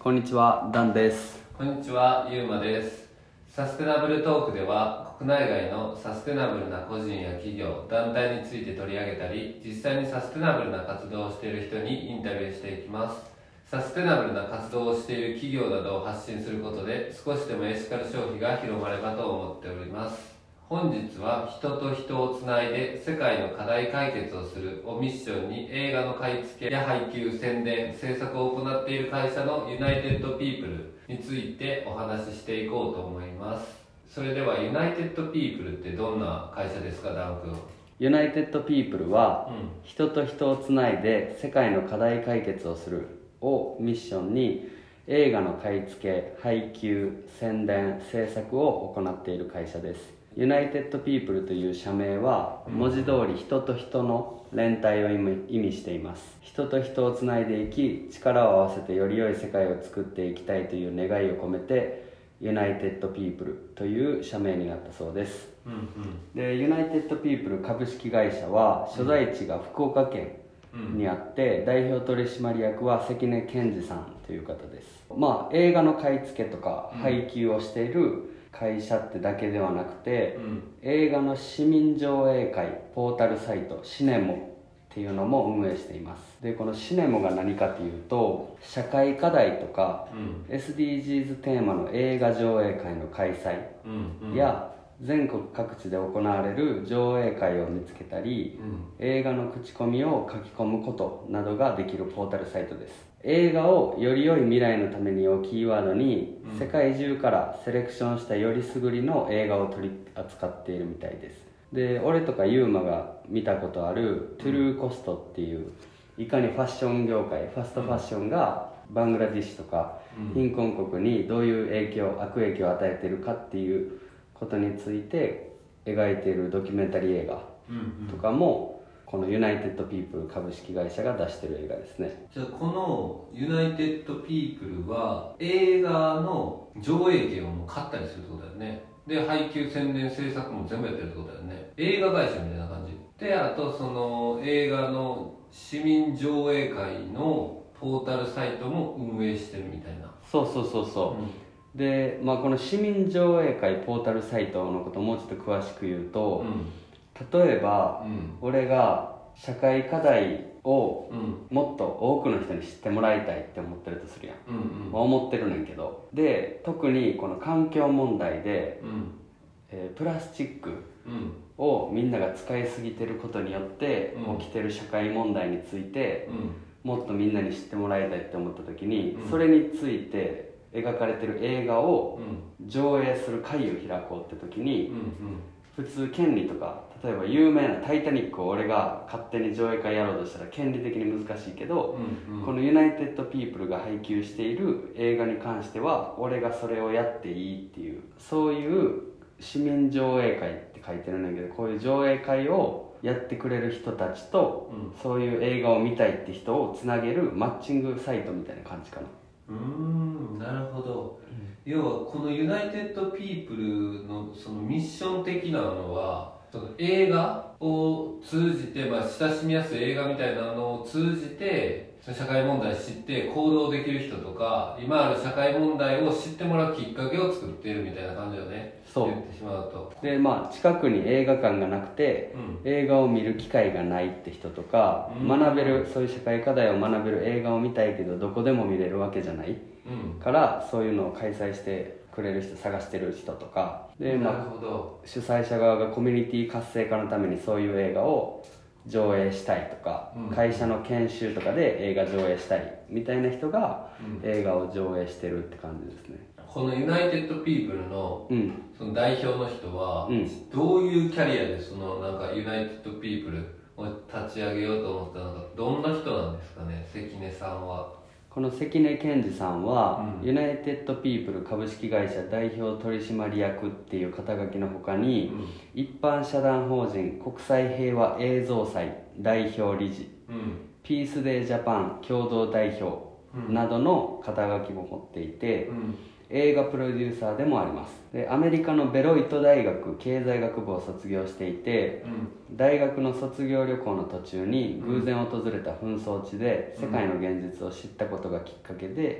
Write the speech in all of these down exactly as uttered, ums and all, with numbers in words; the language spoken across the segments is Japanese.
こんにちは、ダンです。 こんにちは、ゆうまです。サステナブルトークでは国内外のサステナブルな個人や企業、団体について取り上げたり、実際にサステナブルな活動をしている人にインタビューしていきます。サステナブルな活動をしている企業などを発信することで少しでもエシカル消費が広まればと思っております。本日は人と人をつないで世界の課題解決をするをミッションに映画の買い付けや配給、宣伝、制作を行っている会社のユナイテッドピープルについてお話ししていこうと思います。それではユナイテッドピープルってどんな会社ですか、ダン君。 ユナイテッドピープルは、 うん、 人と人をつないで世界の課題解決をするをミッションに映画の買い付け、配給、宣伝、制作を行っている会社です。ユナイテッドピープルという社名は文字通り人と人の連帯を意味しています。人と人をつないでいき、力を合わせてより良い世界を作っていきたいという願いを込めてユナイテッドピープルという社名になったそうです。 うんうん、 でユナイテッドピープル株式会社は所在地が福岡県にあって、うん、代表取締役は関根健二さんという方です。まあ映画の買い付けとか配給をしている会社ってだけではなくて、うん、映画の市民上映会ポータルサイトシネモっていうのも運営しています。でこのシネモが何かというと、社会課題とか、うん、エスディージーズ テーマの映画上映会の開催や、うんうん、全国各地で行われる上映会を見つけたり、うん、映画の口コミを書き込むことなどができるポータルサイトです。映画をより良い未来のためにをキーワードに、うん、世界中からセレクションしたよりすぐりの映画を取り扱っているみたいです。で俺とかユーマが見たことあるトゥルーコストっていう、いかにファッション業界ファストファッションがバングラディッシュとか貧困国にどういう影響悪影響を与えているかっていうことについて描いているドキュメンタリー映画とかも、このユナイテッドピープル株式会社が出してる映画ですね。 じゃあこのユナイテッドピープルは映画の上映権をもう買ったりするってことだよね。で配給、宣伝、制作も全部やってるってことだよね。映画会社みたいな感じで、あとその映画の市民上映会のポータルサイトも運営してるみたいな。 そうそうそうそう、うん、で、まあ、この市民上映会ポータルサイトのことをもうちょっと詳しく言うと、うん、例えば、うん、俺が社会課題をもっと多くの人に知ってもらいたいって思ってるとするやん、うんうん、まあ、思ってるねんけど、で特にこの環境問題で、うんえー、プラスチックをみんなが使いすぎてることによって起きてる社会問題について、うん、もっとみんなに知ってもらいたいって思った時に、うん、それについて描かれてる映画を上映する会を開こうって時に、うんうん、普通権利とか、例えば有名なタイタニックを俺が勝手に上映会やろうとしたら権利的に難しいけど、うんうん、このユナイテッドピープルが配給している映画に関しては俺がそれをやっていいっていう、そういう市民上映会って書いてるんだけど、こういう上映会をやってくれる人たちと、うん、そういう映画を見たいって人をつなげるマッチングサイトみたいな感じかな。 うーん、なるほど、うん、要はこのユナイテッドピープルのそのミッション的なのは、その映画を通じて、まあ、親しみやすい映画みたいなのを通じてその社会問題知って行動できる人とか、今ある社会問題を知ってもらうきっかけを作っているみたいな感じよね。 そう言ってしまうと。 でまあ近くに映画館がなくて、うん、映画を見る機会がないって人とか、うん、学べるそういう社会課題を学べる映画を見たいけどどこでも見れるわけじゃない、うん、からそういうのを開催してくれる人探してる人とかで、まあ、主催者側がコミュニティ活性化のためにそういう映画を上映したいとか、うん、会社の研修とかで映画上映したいみたいな人が映画を上映してるって感じですね。 このユナイテッドピープルの、うん、その代表の人は、うん、どういうキャリアでそのなんかユナイテッドピープルを立ち上げようと思ったのか、どんな人なんですかね、関根さんは。 この関根健二さんは、うん、ユナイテッドピープル株式会社代表取締役っていう肩書きの他に、うん、一般社団法人国際平和映像祭代表理事、うん、ピースデージャパン共同代表などの肩書きも持っていて、うん、映画プロデューサーでもあります。でアメリカのベロイト大学経済学部を卒業していて、うん、大学の卒業旅行の途中に偶然訪れた紛争地で世界の現実を知ったことがきっかけで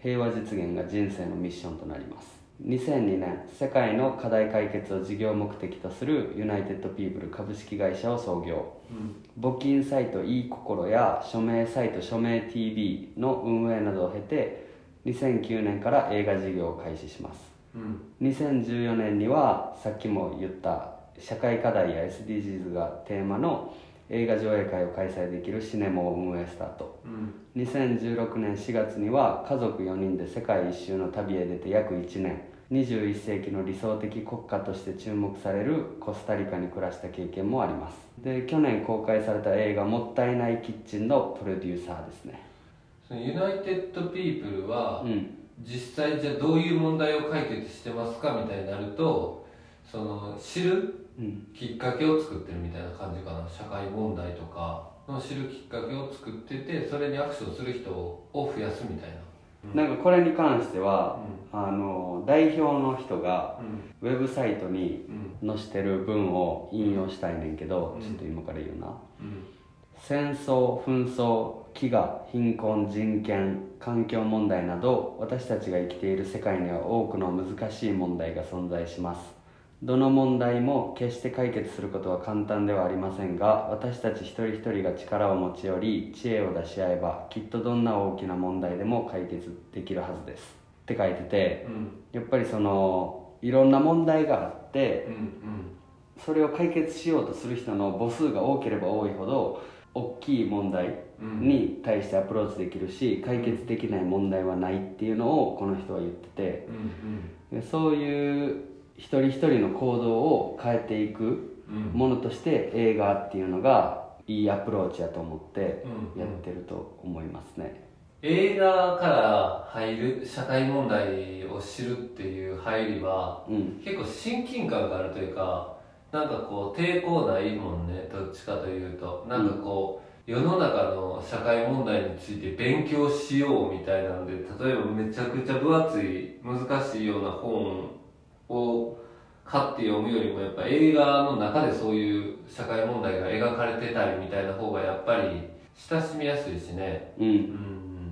平和実現が人生のミッションとなります。にせんにねん、世界の課題解決を事業目的とするユナイテッドピープル株式会社を創業、うん、募金サイトいいこころや署名サイト署名 ティービー の運営などを経てにせんきゅうねんから映画事業を開始します、うん、にせんじゅうよねんにはさっきも言った社会課題や エスディージーズ がテーマの映画上映会を開催できるシネモを運営スタート、うん、にせんじゅうろくねんしがつには家族よにんで世界一周の旅へ出て約いちねん、にじゅういっせいきの理想的国家として注目されるコスタリカに暮らした経験もあります。で、去年公開された映画もったいないキッチンのプロデューサーですね。 そのユナイテッドピープルは、うん、実際じゃあどういう問題を解決してますかみたいになると、その知るきっかけを作ってるみたいな感じかな。社会問題とかの知るきっかけを作ってて、それにアクションする人を増やすみたいな、 うん、なんかこれに関しては、うん、あの代表の人がウェブサイトに載せてる文を引用したいねんけど、うん、ちょっと今から言うな、うん、戦争、紛争、飢餓、貧困、人権、環境問題など私たちが生きている世界には多くの難しい問題が存在します。どの問題も決して解決することは簡単ではありませんが、私たち一人一人が力を持ち寄り知恵を出し合えばきっとどんな大きな問題でも解決できるはずですって書いてて、うん、やっぱりそのいろんな問題があって、うんうん、それを解決しようとする人の母数が多ければ多いほど大きい問題に対してアプローチできるし、解決できない問題はないっていうのをこの人は言ってて、うんうん、そういう一人一人の行動を変えていくものとして映画っていうのがいいアプローチやと思ってやってると思いますね、 うんうん、映画から入る社会問題を知るっていう入りは、うん、結構親近感があるというか、なんかこう抵抗ないもんね。どっちかというとなんかこう、うん、世の中の社会問題について勉強しようみたいなので、例えばめちゃくちゃ分厚い難しいような本を買って読むよりもやっぱ映画の中でそういう社会問題が描かれてたりみたいな方がやっぱり親しみやすいしね、うんうん、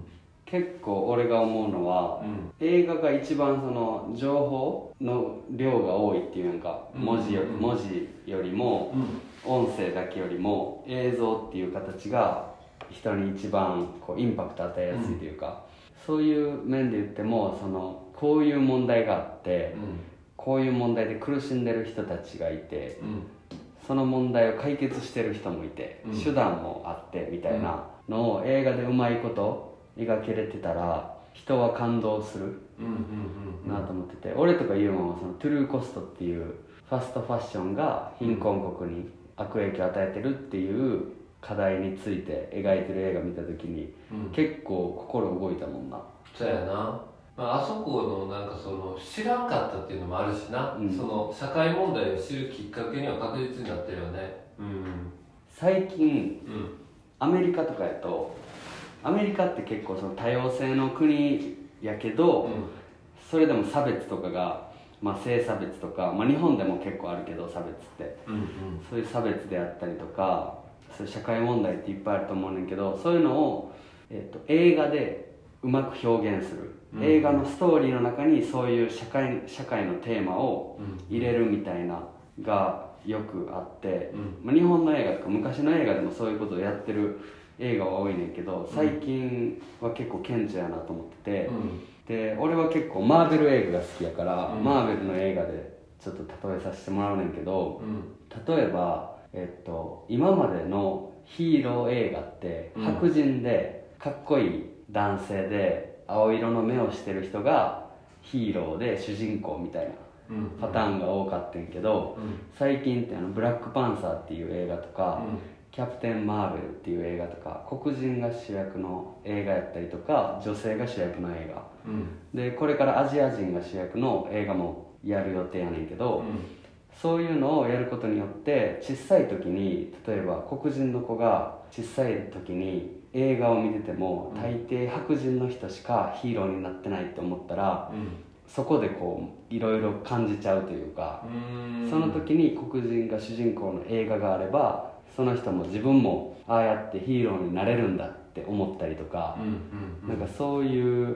結構俺が思うのは、うん、映画が一番その情報の量が多いっていうか、文字より、うんうん、文字よりも、うん、音声だけよりも映像っていう形が人に一番こうインパクト与えやすいというか、うん、そういう面で言ってもそのこういう問題があって、うん、こういう問題で苦しんでる人たちがいて、うん、その問題を解決してる人もいて、うん、手段もあってみたいなのを映画でうまいこと描けれてたら人は感動するなと思ってて、俺とかユーマンはそのトゥルーコストっていうファストファッションが貧困国に悪影響を与えてるっていう課題について描いてる映画見た時に、うん、結構心動いたもんな。 そうやな、まあ、あそこのなんかその知らんかったっていうのもあるしな、うん、その社会問題を知るきっかけには確実になってるよね、うん、 最近、うん、アメリカとかやとアメリカって結構その多様性の国やけど、うん、それでも差別とかが、まあ、性差別とか、まあ、日本でも結構あるけど差別って、うんうん、そういう差別であったりとかそういう社会問題っていっぱいあると思うねんけど、そういうのを、えーと、映画でうまく表現する、うん、映画のストーリーの中にそういう社会、社会のテーマを入れるみたいながよくあって、うんまあ、日本の映画とか昔の映画でもそういうことをやってる映画は多いねんけど、最近は結構顕著やなと思ってて、うん、で俺は結構マーベル映画が好きやから、うん、マーベルの映画でちょっと例えさせてもらうねんけど、うん、例えば、えっと、今までのヒーロー映画って白人でかっこいい男性で青色の目をしてる人がヒーローで主人公みたいなパターンが多かったんけど、うん、最近ってあのブラックパンサーっていう映画とか、うん、キャプテンマーベルっていう映画とか黒人が主役の映画やったりとか女性が主役の映画、うん、でこれからアジア人が主役の映画もやる予定やねんけど、うん、そういうのをやることによって小さい時に例えば黒人の子が小さい時に映画を見てても大抵白人の人しかヒーローになってないって思ったら、うん、そこでこういろいろ感じちゃうというか、うその時に黒人が主人公の映画があればその人も自分もああやってヒーローになれるんだって思ったりとか、うんうんうん、なんかそういう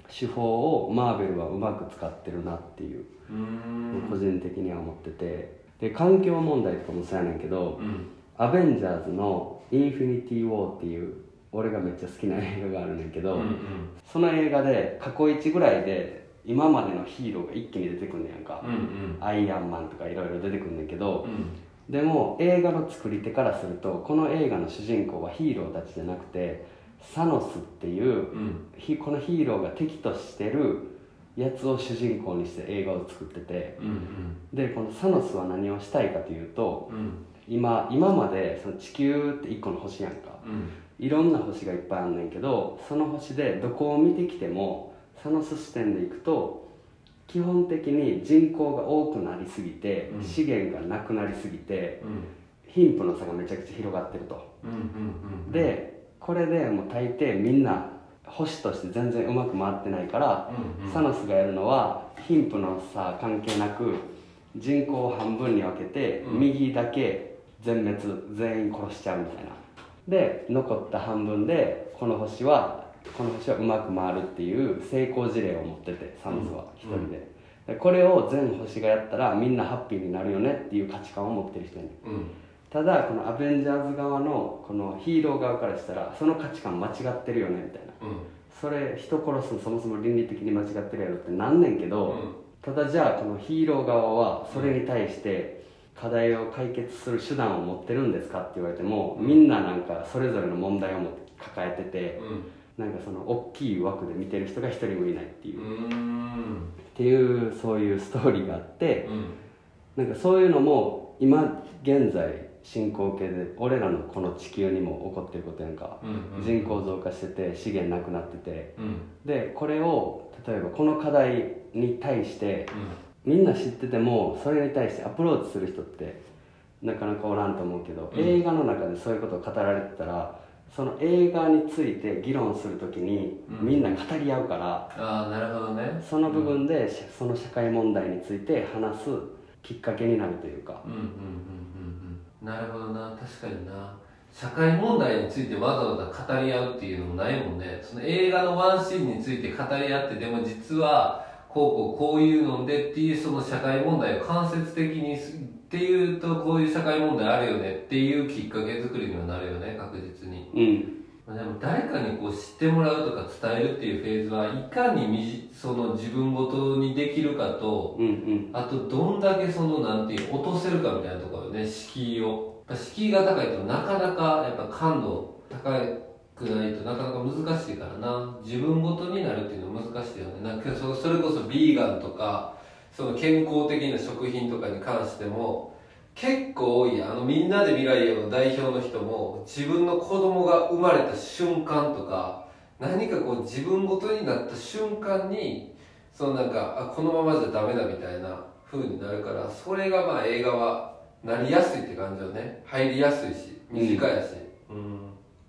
手法をマーベルはうまく使ってるなっていう、 うーん個人的には思ってて、で環境問題とかもそうやねんけど、 うん、 アベンジャーズの「インフィニティ・ウォー」っていう俺がめっちゃ好きな映画があるねんけど、 うんうん、 その映画で過去一ぐらいで今までのヒーローが一気に出てくんねやんか、 うんうん、 アイアンマンとかいろいろ出てくんねんけど、 うん、 でも映画の作り手からするとこの映画の主人公はヒーローたちじゃなくてサノスっていう、 うん、 ひこのヒーローが敵としてるやつを主人公にして映画を作ってて、 うんうん、 でこのサノスは何をしたいかというと、 うん、 今今までその地球って一個の星やんか、 うん、 いろんな星がいっぱいあんねんけど、その星でどこを見てきてもサノス視点でいくと基本的に人口が多くなりすぎて、 うん、 資源がなくなりすぎて、 うん、 貧富の差がめちゃくちゃ広がってると、 うんうんうん、 でこれでもう大抵みんな星として全然うまく回ってないから、 うんうん、 サノスがやるのは貧富の差関係なく人口を半分に分けて、 うん、 右だけ全滅全員殺しちゃうみたいな、で残った半分でこの星はこの星はうまく回るっていう成功事例を持ってて、サノスは一人で、うん、でこれを全星がやったらみんなハッピーになるよねっていう価値観を持ってる人やね、うん、ただこのアベンジャーズ側のこのヒーロー側からしたらその価値観間違ってるよねみたいな、うん、それ人殺すのそもそも倫理的に間違ってるやろってなんねんけど、うん、ただじゃあこのヒーロー側はそれに対して課題を解決する手段を持ってるんですかって言われても、みんななんかそれぞれの問題を抱えてて、うん、なんかその大きい枠で見てる人が一人もいないっていう、うーんっていうそういうストーリーがあって、うん、なんかそういうのも今現在進行形で俺らのこの地球にも起こってることやんか、うんうん、人口増加してて資源なくなってて、うん、でこれを例えばこの課題に対して、うん、みんな知っててもそれに対してアプローチする人ってなかなかおらんと思うけど、うん、映画の中でそういうことを語られてたらその映画について議論するときにみんな語り合うから、 うん、ああなるほどね、 その部分でその社会問題について話すきっかけになるというか、うんうんうんうんなるほどな、確かにな。社会問題についてわざわざ語り合うっていうのもないもんね。その映画のワンシーンについて語り合って、でも実はこうこうこういうのでっていうその社会問題を間接的にっていうとこういう社会問題あるよねっていうきっかけ作りにはなるよね、確実に。うん。でも誰かにこう知ってもらうとか伝えるっていうフェーズはいかにみその自分ごとにできるかと、うんうん、あとどんだけそのなんていう落とせるかみたいなところよね、敷居を。敷居が高いとなかなかやっぱ感度高くないとなかなか難しいからな。自分ごとになるっていうのは難しいよね。なんかそそれこそビーガンとかその健康的な食品とかに関しても結構多いやん。あのみんなで未来への代表の人も自分の子供が生まれた瞬間とか何かこう自分ごとになった瞬間にそのなんかあこのままじゃダメだみたいな風になるから、それがまあ映画はなりやすいって感じよね。入りやすいし短いし、うん、うん、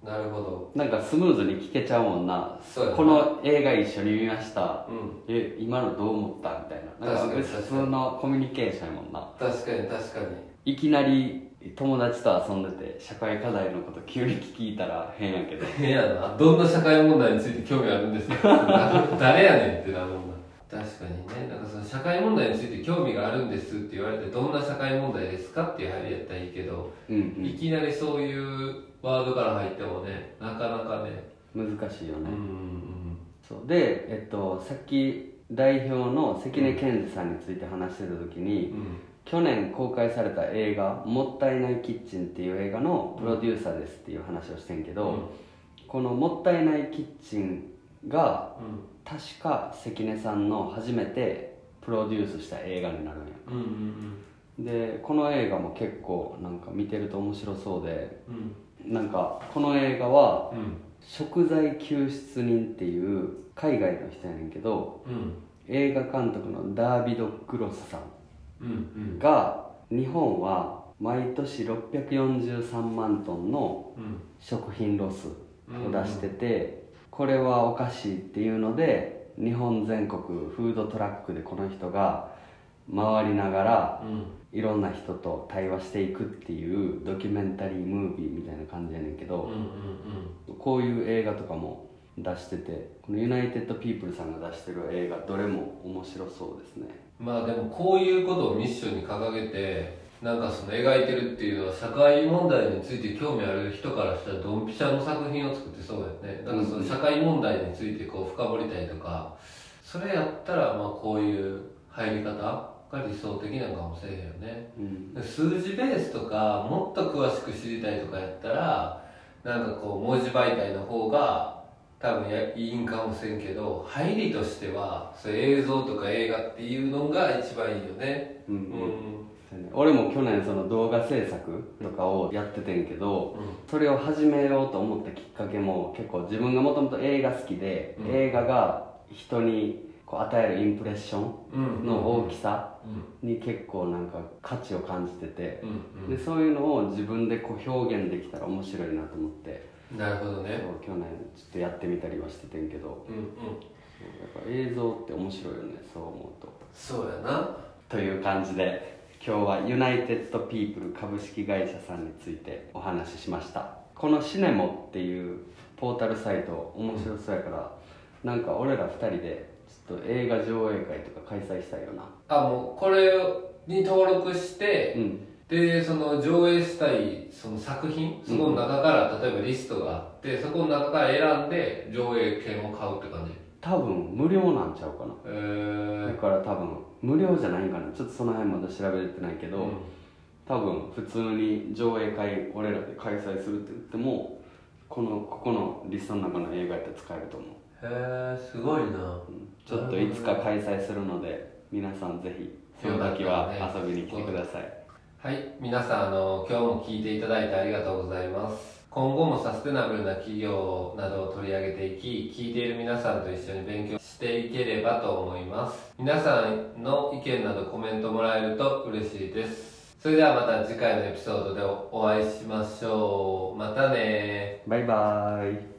なるほど。 なんかスムーズに聞けちゃうもんな。そうやな。この映画一緒に見ました、うん、え今のどう思ったみたいな、なんか普通のコミュニケーションやもんな。 確かに確かに。 いきなり友達と遊んでて社会課題のこと急に聞いたら変やけど変やな。どんな社会問題について興味あるんですか誰やねんってなるもんな。確かにね。なんかその社会問題について興味があるんですって言われて、どんな社会問題ですかっていう入りやったらいいけど、うんうん、いきなりそういうワードから入ってもね、なかなかね難しいよね。うんうんうん、そうで、えっと、さっき代表の関根健二さんについて話してた時に、うん、去年公開された映画「もったいないキッチン」っていう映画のプロデューサーですっていう話をしてんけど、うん、この「もったいないキッチン」が、うん確か関根さんの初めてプロデュースした映画になるんや、うんうんうん、でこの映画も結構なんか見てると面白そうで、うん、なんかこの映画は、うん、食材救出人っていう海外の人やねんけど、うん、映画監督のダービド・グロスさんが、うんうん、日本は毎年ろっぴゃくよんじゅうさんまんトンの食品ロスを出してて、うんうんこれはおかしいっていうので日本全国フードトラックでこの人が回りながら、うん、いろんな人と対話していくっていうドキュメンタリームービーみたいな感じやねんけど、うんうんうん、こういう映画とかも出してて、このユナイテッドピープルさんが出してる映画どれも面白そうですね。 まあでもこういうことをミッションに掲げてなんかその描いてるっていうのは社会問題について興味ある人からしたらドンピシャの作品を作ってそうだよね。なんかその社会問題についてこう深掘りたいとか、それやったらまあこういう入り方が理想的なのかもしれへんよね、うん、数字ベースとかもっと詳しく知りたいとかやったらなんかこう文字媒体の方が多分やいいんかもしれんけど、入りとしてはそういう映像とか映画っていうのが一番いいよね。うん、うん、 俺も去年その動画制作とかをやっててんけど、うん、それを始めようと思ったきっかけも結構自分がもともと映画好きで、うん、映画が人にこう与えるインプレッションの大きさに結構なんか価値を感じてて、うんうん、でそういうのを自分でこう表現できたら面白いなと思って、 なるほどね、 去年ちょっとやってみたりはしててんけど、うんうん、やっぱ映像って面白いよね、そう思うと。 そうやな。 という感じで今日はユナイテッドピープル株式会社さんについてお話ししました。このシネモっていうポータルサイト面白そうやから、うん、なんか俺らふたりでちょっと映画上映会とか開催したいよな。 あ、もうこれに登録して、うん、でその上映したいその作品、そこの中から、うん、例えばリストがあってそこの中から選んで上映券を買うって感じ。 多分無料なんちゃうかな。 へー。 だから多分無料じゃないんかな、ちょっとその辺まだ調べれてないけど、うん、多分普通に上映会俺らで開催するって言ってもこのここのリストの中の映画やったら使えると思う。 へえ、すごいな、うん、 ちょっといつか開催するので皆さんぜひその時は遊びに来てください。 はい、皆さんあの今日も聞いていただいてありがとうございます。今後もサステナブルな企業などを取り上げていき、聞いている皆さんと一緒に勉強していければと思います。皆さんの意見などコメントもらえると嬉しいです。それではまた次回のエピソードでお会いしましょう。またね。 バイバーイ。